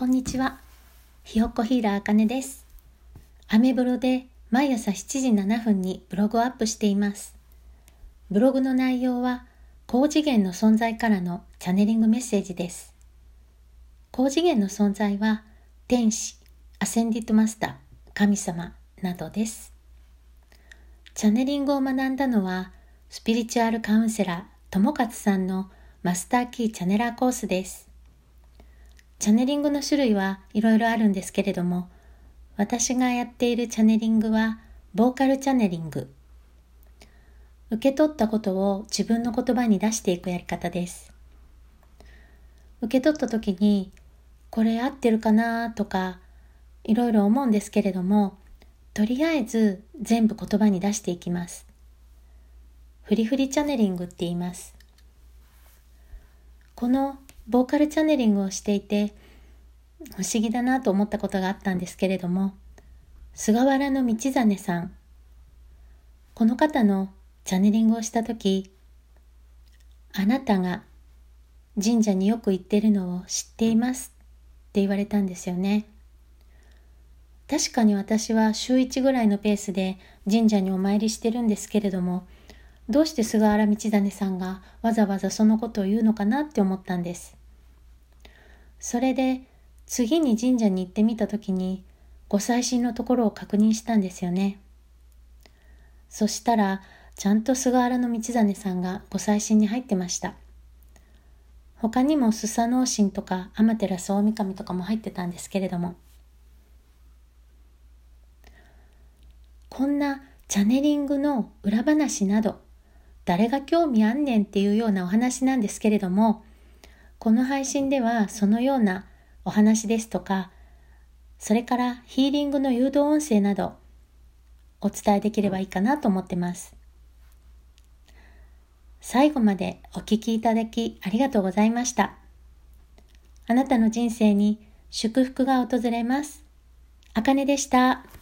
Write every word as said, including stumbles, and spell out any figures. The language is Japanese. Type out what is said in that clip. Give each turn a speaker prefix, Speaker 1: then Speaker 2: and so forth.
Speaker 1: こんにちは。ひよっこヒーラーあかねです。アメブロで毎朝しちじななふんにブログをアップしています。ブログの内容は高次元の存在からのチャネリングメッセージです。高次元の存在は天使、アセンディットマスター、神様などです。チャネリングを学んだのはスピリチュアルカウンセラー友勝さんのマスターキーチャネラーコースです。チャネリングの種類はいろいろあるんですけれども、私がやっているチャネリングはボーカルチャネリング。受け取ったことを自分の言葉に出していくやり方です。受け取った時にこれ合ってるかなとかいろいろ思うんですけれども、とりあえず全部言葉に出していきます。フリフリチャネリングって言います。このボーカルチャネリングをしていて不思議だなと思ったことがあったんですけれども、菅原道真さん、この方のチャネリングをしたとき、あなたが神社によく行っているのを知っていますって言われたんですよね。確かに私は週いちぐらいのペースで神社にお参りしてるんですけれども、どうして菅原道真さんがわざわざそのことを言うのかなって思ったんです。それで次に神社に行ってみたときにご祭神のところを確認したんですよね。そしたらちゃんと菅原道真さんがご祭神に入ってました。他にも須佐之神とか天照大神とかも入ってたんですけれども、こんなチャネリングの裏話など誰が興味あんねんっていうようなお話なんですけれども、この配信ではそのようなお話ですとか、それからヒーリングの誘導音声などお伝えできればいいかなと思ってます。最後までお聞きいただきありがとうございました。あなたの人生に祝福が訪れます。あかねでした。